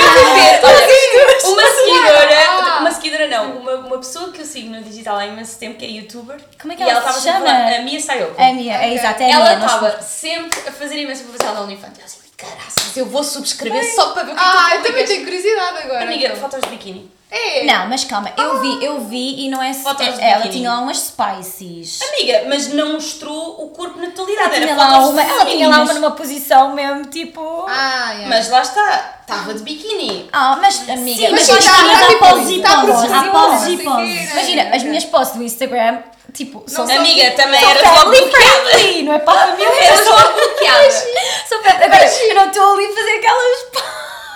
Olha, uma seguidora não, uma pessoa que eu sigo no digital há imenso tempo, que é youtuber. Como é que e ela estava se sempre a chama? falar, a Mia Sayoko. É a minha, é exato, é a Ela minha. nós estava sempre a fazer imensa publicidade no OnlyFans. Eu assim, caraças, eu vou subscrever só para ver o que é que Ah, tu eu também publicas. tenho curiosidade agora. Amiga, então. fotos de biquíni. É. Não, mas calma, eu vi e não é. Fotos de Ela biquíni. tinha lá umas spices. Amiga, mas não mostrou o corpo na totalidade. Tinha Era lá fotos uma, ela tinha lá uma femininas. numa posição mesmo tipo. Ah, yeah. Mas lá está, estava de biquíni. Mas amiga, Sim, mas imagina, já está há tipo, poses e está poses, por há cima, poses não e sei poses. quê, Imagina, as minhas posts do Instagram, tipo, são Não Amiga, também são era logo family bloqueada. friendly, não é para a família. Era logo bloqueada. Agora, eu não estou ali a fazer aquelas.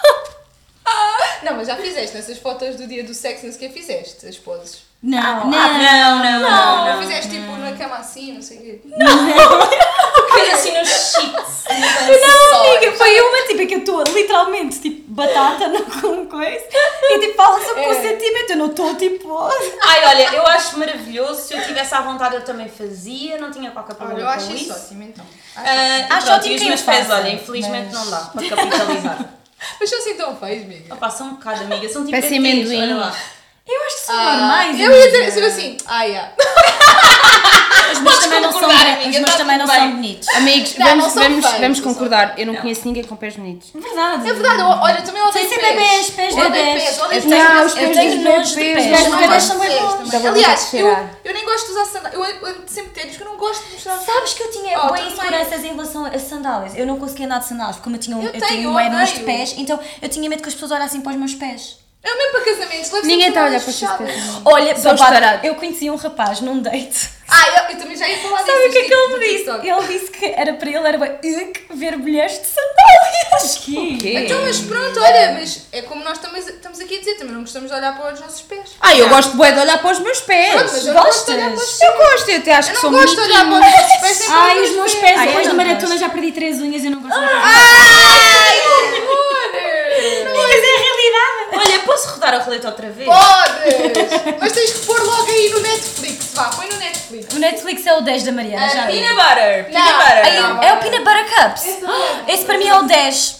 Não, mas já fizeste nessas fotos do dia do sexo, não sei o que fizeste, as poses. Não, Não. Fizeste tipo na cama assim, não sei o quê. Fez assim nos cheats. Não, amiga, foi uma tipo que eu estou literalmente tipo batata, não com coisa. E tipo, fala sobre consentimento, eu não estou tipo. Ai, olha, eu acho maravilhoso. Se eu tivesse à vontade, eu também fazia. Não tinha qualquer Olha, problema eu acho com isso isso. ótimo então. Acho Pronto, ótimo e os quem meus o pés, faça, olha, infelizmente mas- não dá para capitalizar. Mas são assim tão feios, amiga. Opa, são um bocado, amiga. São tipo Parece ETs, amendoim. olha lá. Eu acho que são normais. Eu ia amiga. dizer assim, yeah. Os meus também não são, concordar, amiga, os meus tá também não tudo são bem. bonitos. Amigos, Não, não são feios, vamos não são. concordar. Eu não conheço ninguém com pés bonitos. Verdade. É verdade, olha, também odeio Sem ser pés. bebês, pés Odeio bebês. pés, odeio Eu pés. tenho- os eu pés tenho dos nojo de bebês, pés. mas Os não bebês gosto. são bem Pés bons. também. Já vou Aliás, ter que cheirar. eu nem gosto de usar sandálias. Eu ando sempre de ténis, que eu não gosto de mostrar. Sabes que eu tinha Oh, bem também. inseguranças em relação a sandálias. Eu não conseguia andar de sandálias, porque como eu Eu tenho odeio. hérnias de pés, então eu tinha medo que as pessoas olhassem para os meus pés. Eu mesmo para casamentos, levo Ninguém sempre está a olhar para sandálias os teus fechadas. pés. Olha, São babado, estarados. eu conheci um rapaz num date. Eu também já ia falar disso. Sabe o que é que ele no me disse? TikTok. Ele disse que era para ele, era bem ver mulheres de sandálias. Quê? Então, mas pronto, olha, mas é como nós estamos aqui a dizer, também não gostamos de olhar para os nossos pés. Eu gosto bué de olhar para os meus pés. Pronto, mas eu não gosto de olhar para os Gostas? pés. Eu gosto, eu até acho Eu que não são gosto de olhar para os bonitinhos. nossos pés sem para Ai, os meus pés, Ai, depois eu de não maratona gosto. já perdi 3 unhas e eu não gosto de Ai, que horror! Mas é a realidade. Olha, posso rodar a roleta outra vez? Podes! Mas tens que pôr logo aí no Netflix, vá, põe no Netflix. O Netflix é o 10 da Mariana, já vi. Peanut butter. Não. Peanut butter. Aí, é o Peanut Butter Cups. Esse para mim é o 10.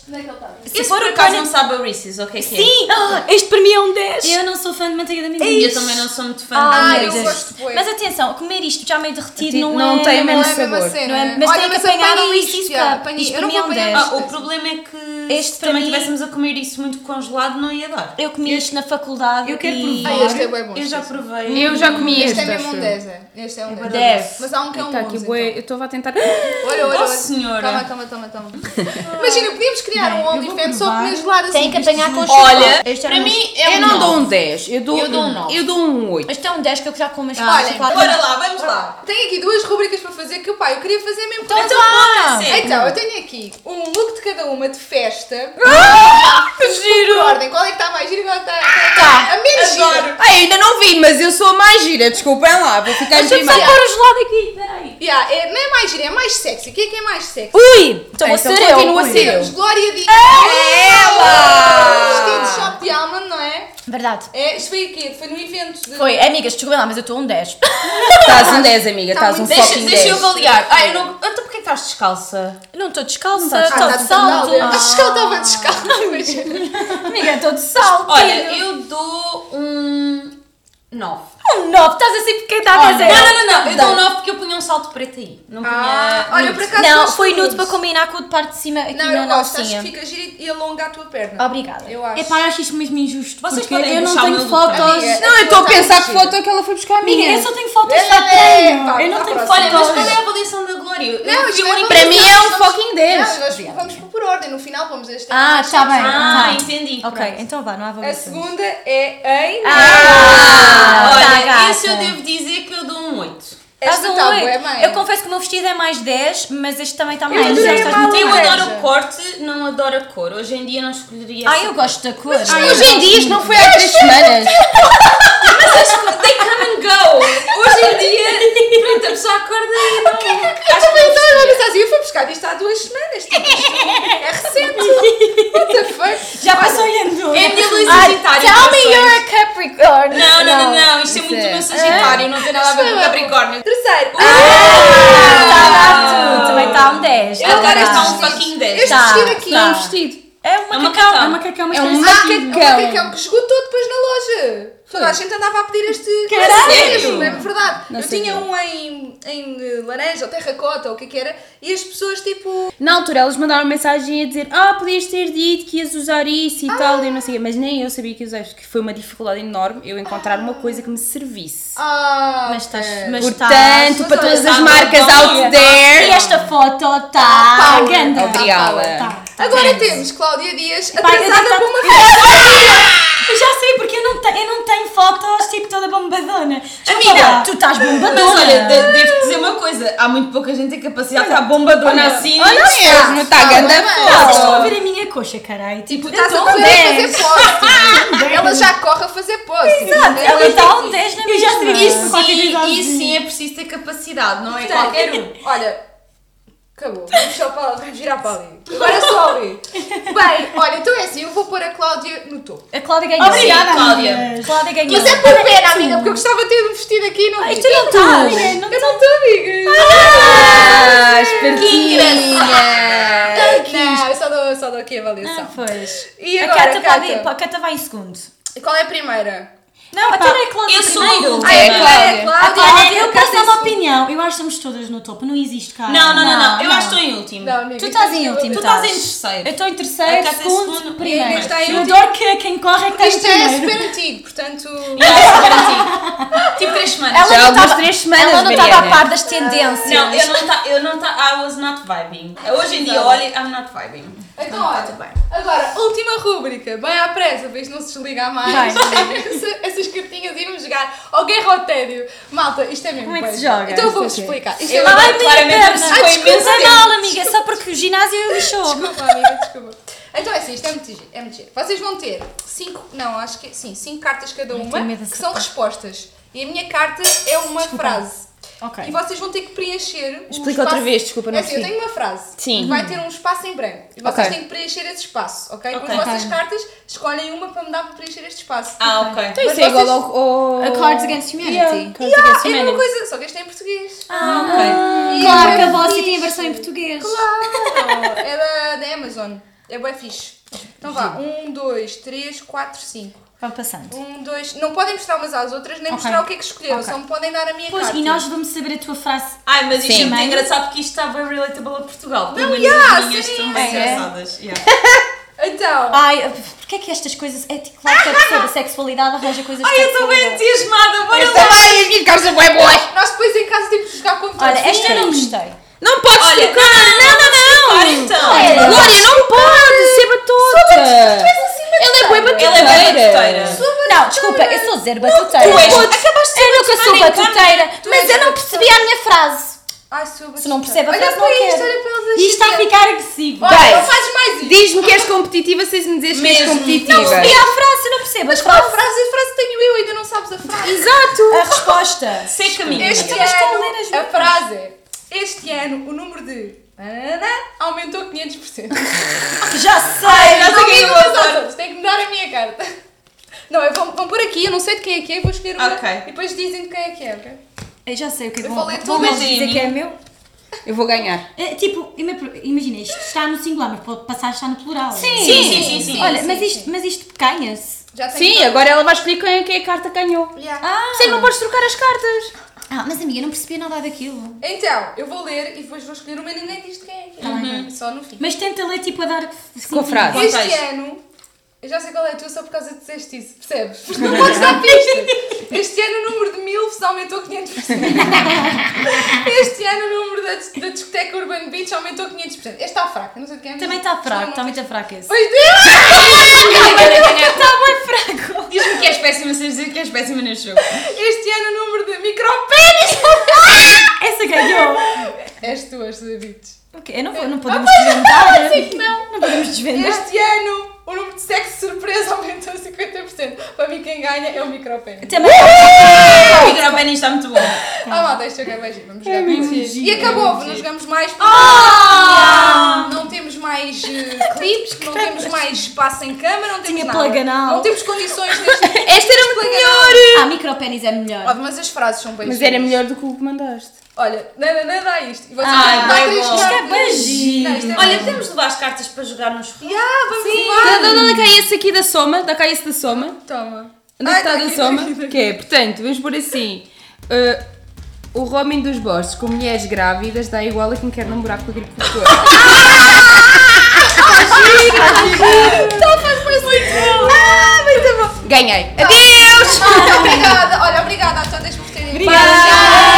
Onde é que ele está? Esse por acaso não sabe a Reese's, ok? Sim! Este para mim é um 10. Eu não sou fã de manteiga de amendoim. Eu também não sou muito fã Ah, de eu Reese's. gosto de bué. Mas atenção, comer isto já meio derretido não, Não é... tem o Não mesmo é a mesma sabor. cena. Não é? Mas Olha, tem que apanhar apanhei um Reese's isto, Cup. já, apanhei. Isto Eu para não mim é vou um apanhar 10. Ah, o problema é que Este se para também mim- estivéssemos a comer isso muito congelado, não ia dar. Eu comi isto na faculdade Eu quero e... provar. Este é bem bom. Eu já provei. Eu já comi Este este, é mesmo um acho. 10, é. Este é um 10. 10. Mas há um que é um Está aqui, 11, bué, então. eu estava a tentar... Olha, olha, Oh, olha. senhora. Toma. Imagina, podíamos criar um Bem, eu vou OnlyFans só provar. comer gelado assim. Tem que apanhar com Olha, este para mim é Eu um não dou 9. um 10, eu dou um 9. Eu dou um 8. Este é um 10 que eu já como as Olhem, Bora lá, vamos lá. Tenho aqui duas rubricas para fazer que eu queria fazer mesmo. Então Então, vá! então, eu tenho aqui um look de cada uma de festa. Que giro! Por ordem, qual é que está mais gira e qual é que está a menos gira? Ai, ainda não vi, mas eu sou a mais gira, desculpem lá, vou ficar em Deixa-me só primeiro. pôr o gelado aqui, peraí. Yeah, não é mais gira, é mais sexy. O que é mais sexy? Ui! Então vou Então ser eu. continua a ser eu. Temos Glória Dias. Ela! Vestido de Shop Almond, não é? Verdade. Isto foi aqui, foi no evento. Foi, amigas, desculpa lá, mas eu estou um 10. Estás um 10, amiga, estás um muito- fucking 10. Deixa eu avaliar. Ah, eu não. Então porquê estás descalça? Não estou descalça, estás estou de salto. Acho que ele estava descalço. Amiga, estou de salto. Olha, eu dou um 9. Um 9, estás assim porque está a Não, fazer. não. Eu dou um 9 porque eu punha um salto preto aí. Não punha. Olha, nude. por acaso Não, gosto foi de nude para combinar com o de parte de cima aqui Não, na eu gosto, acho alcinha. que fica giro e alonga a tua perna. Obrigada. Eu acho. É pá, eu acho isto mesmo injusto. Vocês porque podem eu não deixar o tenho meu fotos. Amiga, Não, eu estou a Tá pensar que gira. foto que ela foi buscar a Amiga, minha. eu só tenho fotos É, de treino. pá, Eu não tá tenho próximo. Olha, mas fotos. qual é a avaliação da Glória? Eu Não, vi isto um é Para mim é um vamos- fucking 10. Não, nós vamos por ordem, no final vamos este tema Ah, mais está bem. sexy. Ah, Tá. entendi. Ok, então vá, não há A avaliação. segunda é em... Olha, tá, gata. esse eu devo dizer que eu dou um 8. Esta Estás está um bué 8. bem. Eu confesso que o meu vestido é mais 10, mas este também está mais Eu 10. adorei Estás a muito Eu laranja. adoro o corte, não adoro a cor. Hoje em dia não escolheria Ah, essa eu cor. gosto da cor. Hoje em dia isto não foi há 3 semanas. They come and go. Hoje em dia, pronto, a pessoa acorda e não. Acho que não Estava a pensar assim, eu fui buscar isto há 2 semanas. Tipo, isto é recente. What the fuck? Já passou e andou. É a minha luz Ai, sagitário. tell me corações. you're a Capricorn. Não. Isto é muito do meu Sagitário, não tem nada a ver com o Capricórnio. Terceiro. Está a dar tudo. Também está um 10. Agora está um Este fucking 10. Este Tá, vestido aqui. tá. Um vestido. É É uma uma cacau. cacau. É uma cacau, mas É um parece É um macacão. macacão que esgotou depois na loja. Toda a gente andava a pedir este. Caralho! Sério, é verdade. Não eu sabia. tinha um em laranja ou terracota ou o que era, e as pessoas tipo. Na altura elas mandaram mensagem a dizer podias ter dito que ias usar isso e tal, e eu não sei o quê, mas nem eu sabia que ia usar, porque foi uma dificuldade enorme eu encontrar uma coisa que me servisse. Mas estás. Mas Portanto, para todas as tá marcas bom, out amiga. E there. esta foto está power. ganda. Obrigada. Tá. Agora temos Cláudia Dias Pá, eu atrasada já- para uma festa. Eu já sei, porque eu não tenho fotos tipo toda bombadona. Amiga, Tu estás Mas bombadona. olha, devo dizer uma coisa: há muito pouca gente que tem capacidade de estar bombadona assim. Olha mesmo, está ganda Vocês estão a foto. ver a minha coxa, caralho. Tipo, Estás eu a tô correr a fazer pose. Dez. Ela já corre a fazer pose. Ela está um 10 na Eu já mesma. sei Isso qualquer coisa sim, assim. é preciso ter capacidade, não é Portanto, qualquer um. Olha, acabou. Vamos virar para ali. Agora é só ali. Bem, olha, então é assim, eu vou pôr a Cláudia no topo. A Cláudia ganhou. Obrigada, Sim, Cláudia. amigas. Cláudia ganhou. Mas é por pena, amiga, porque eu gostava de ter um vestido aqui e não vi. tu não estás. Eu não estou, amiga. Espertinha. Não, eu só dou aqui a avaliação. Pois. E A agora, Cata vai em segundo. Qual é a primeira? Não, até não é Cláudia eu sou primeiro. a última. Ah, é Não. Cláudia. Ah, Cláudia. Eu a posso Cata dar é uma segunda. opinião. Eu acho que estamos todas no topo. Não existe cá. Não. Eu acho que estou em último. Não, amiga, Tu estás em isto é último, Tu estás. estás em terceiro. Eu estou em A terceiro, Cata é segundo, segundo. primeiro. E está em Eu último. adoro que quem corre é que está em Isto é primeiro. super antigo, portanto. Tipo 3 semanas. Ela Já não algumas estava- 3 semanas, Ela não estava a Mariana. par das tendências. Não, eu não I was not vibing. Hoje em dia, olha, I'm not vibing. Então, olha, agora, última rúbrica, bem à pressa, para isto não se desligar mais. Essas cartinhas íamos jogar ao Guerra ao Tédio. Malta, isto é mesmo Como é que bem. se joga? Então eu vou-vos explicar. Isto é Eu bem- adoro, claramente, perna. preciso com desculpa, imenso Não é tempo. mal, amiga, só porque o ginásio lixou. Desculpa, amiga, desculpa. Então é assim, isto é muito giro, é muito giro. Vocês vão ter 5 cartas cada uma, tenho medo que dessa são respostas. E a minha carta é uma frase. Ok. E vocês vão ter que preencher Explica outra vez, desculpa, não É assim, eu percebi. tenho uma frase. Sim. Que vai ter um espaço em branco. E vocês Ok. têm que preencher esse espaço, ok? Com Ok. as vossas cartas, escolhem uma para me dar para preencher este espaço. Ah, ok. Então isso Mas é igual vocês- ao... A Cards Against Humanity. Cards É Against a mesma Humanity. coisa, só que este é em português. Ah, ok. E Claro é que a vossa fixe. tem a versão em português. Claro, é da Amazon. É bué fixe. Então vá, 1, 2, 3, 4, 5. Vão passando. 1, 2... Não podem mostrar umas às outras, nem mostrar o que é que escolheram, só me podem dar a minha Pois, carta. e nós vamos saber a tua frase. Ai, mas isto é muito Também. engraçado porque isto está bem relatable a Portugal. Pelo Não, menos yeah, as minhas sim, estão bem sim. engraçadas. Yeah. Então... Ai, porque é que estas coisas. É tipo, claro que a pessoa da sexualidade arranja coisas de Ai, eu estou bem sexualidade. entusiasmada, bora Esta lá! vai, as minhas caras são bem boas. Nós depois em casa temos de jogar com todos. Olha, esta eu não gostei. Não podes Olha, trocar. não, então. Glória, não pode ser batota. Ela é bué Ela é bem batuteira. batuteira. Não, desculpa, eu sou zero batuteira. Tu és, acabaste de Eu nunca sou batuteira, Tu mas és eu não percebi a minha frase. Ai, sou Se não percebe a olha frase, para não isto, quero. olha para eles. E está a ficar agressivo. Olha, Bem, não fazes mais isso. Diz-me que és competitiva sem me dizeres que és Mesmo. competitiva. Não percebi a frase, eu não percebo a Mas qual a frase. frase? A frase tenho eu, ainda não sabes a frase. Exato. A resposta. Sei caminho. Este Então, mas como ler ano, as a frase é: este ano o número de aumentou 500%. Já sei. já sei Não quem eu digo vou umas às usar. outras, tem que me dar a minha carta. Não, vão por aqui, eu não sei de quem é, vou escolher uma Ok. e depois dizem de quem é que é, ok? Eu já sei o que é. Eu Vão falei vão tudo, logo mas dizer sim. que é meu. Eu vou ganhar. É, tipo, imagina, isto está no singular, mas pode passar a estar no plural. Sim. Olha, sim, mas isto ganha-se. Já tenho Sim, que- agora ela vai escolher quem é que a carta ganhou. Yeah. Sim, não podes trocar as cartas. Ah, mas amiga, eu não percebi nada daquilo. Então, eu vou ler e depois vou escolher uma e ninguém diz de quem é que é. Só no fim. Mas tenta ler tipo a dar. Com a frase. Quanto Este tens? ano, eu já sei qual é a tua só por causa de disseste isso, percebes? Porque não podes dar pista. Este ano o número de MILFs aumentou 500%. Este ano o número da discoteca Urban Beach aumentou 500%. Este está fraco, eu não sei de quem é. Também está fraco, está muito fraco esse. Pois Deus! Está bem fraco. Diz-me que és péssima sem dizer que és péssima neste jogo. Este ano o número de micropénis Essa ganhou! És tu, as Davids. Ok, não podemos desvendar. Sei que não. Não podemos desvendar. Este ano o número de sexo surpresa aumentou 50%. Para mim quem ganha é o micropénis. Também O micropénis está muito bom. Malta, este jogo é beijinho. Vamos jogar mais. E acabou, não jogamos mais. Não temos mais clipes, não temos mais espaço em câmara, não temos Tinha nada. plaganal. Não temos condições neste Esta era muito melhor. Ah, micropénis é melhor. Ó, mas as frases são bem Mas giras. era melhor do que o que mandaste. Olha, não dá isto. E vocês Ai, dá bem três bom. cartas. Isto é bem giro. Não, isto é Olha, bem podemos levar as cartas para jogar no churrasco? Vamos levar. Dá cá esse aqui da soma. Dá cá esse da soma. Toma. Onde é que Ai, está tá da aqui, soma? tá aqui, tá aqui. Que é, portanto, vamos pôr assim. O roaming dos bosses com mulheres grávidas dá igual a quem quer namorar com o agricultor. Muito bom. Ganhei. Adeus! Obrigada. Olha, obrigada a todas por terem vindo. Obrigada.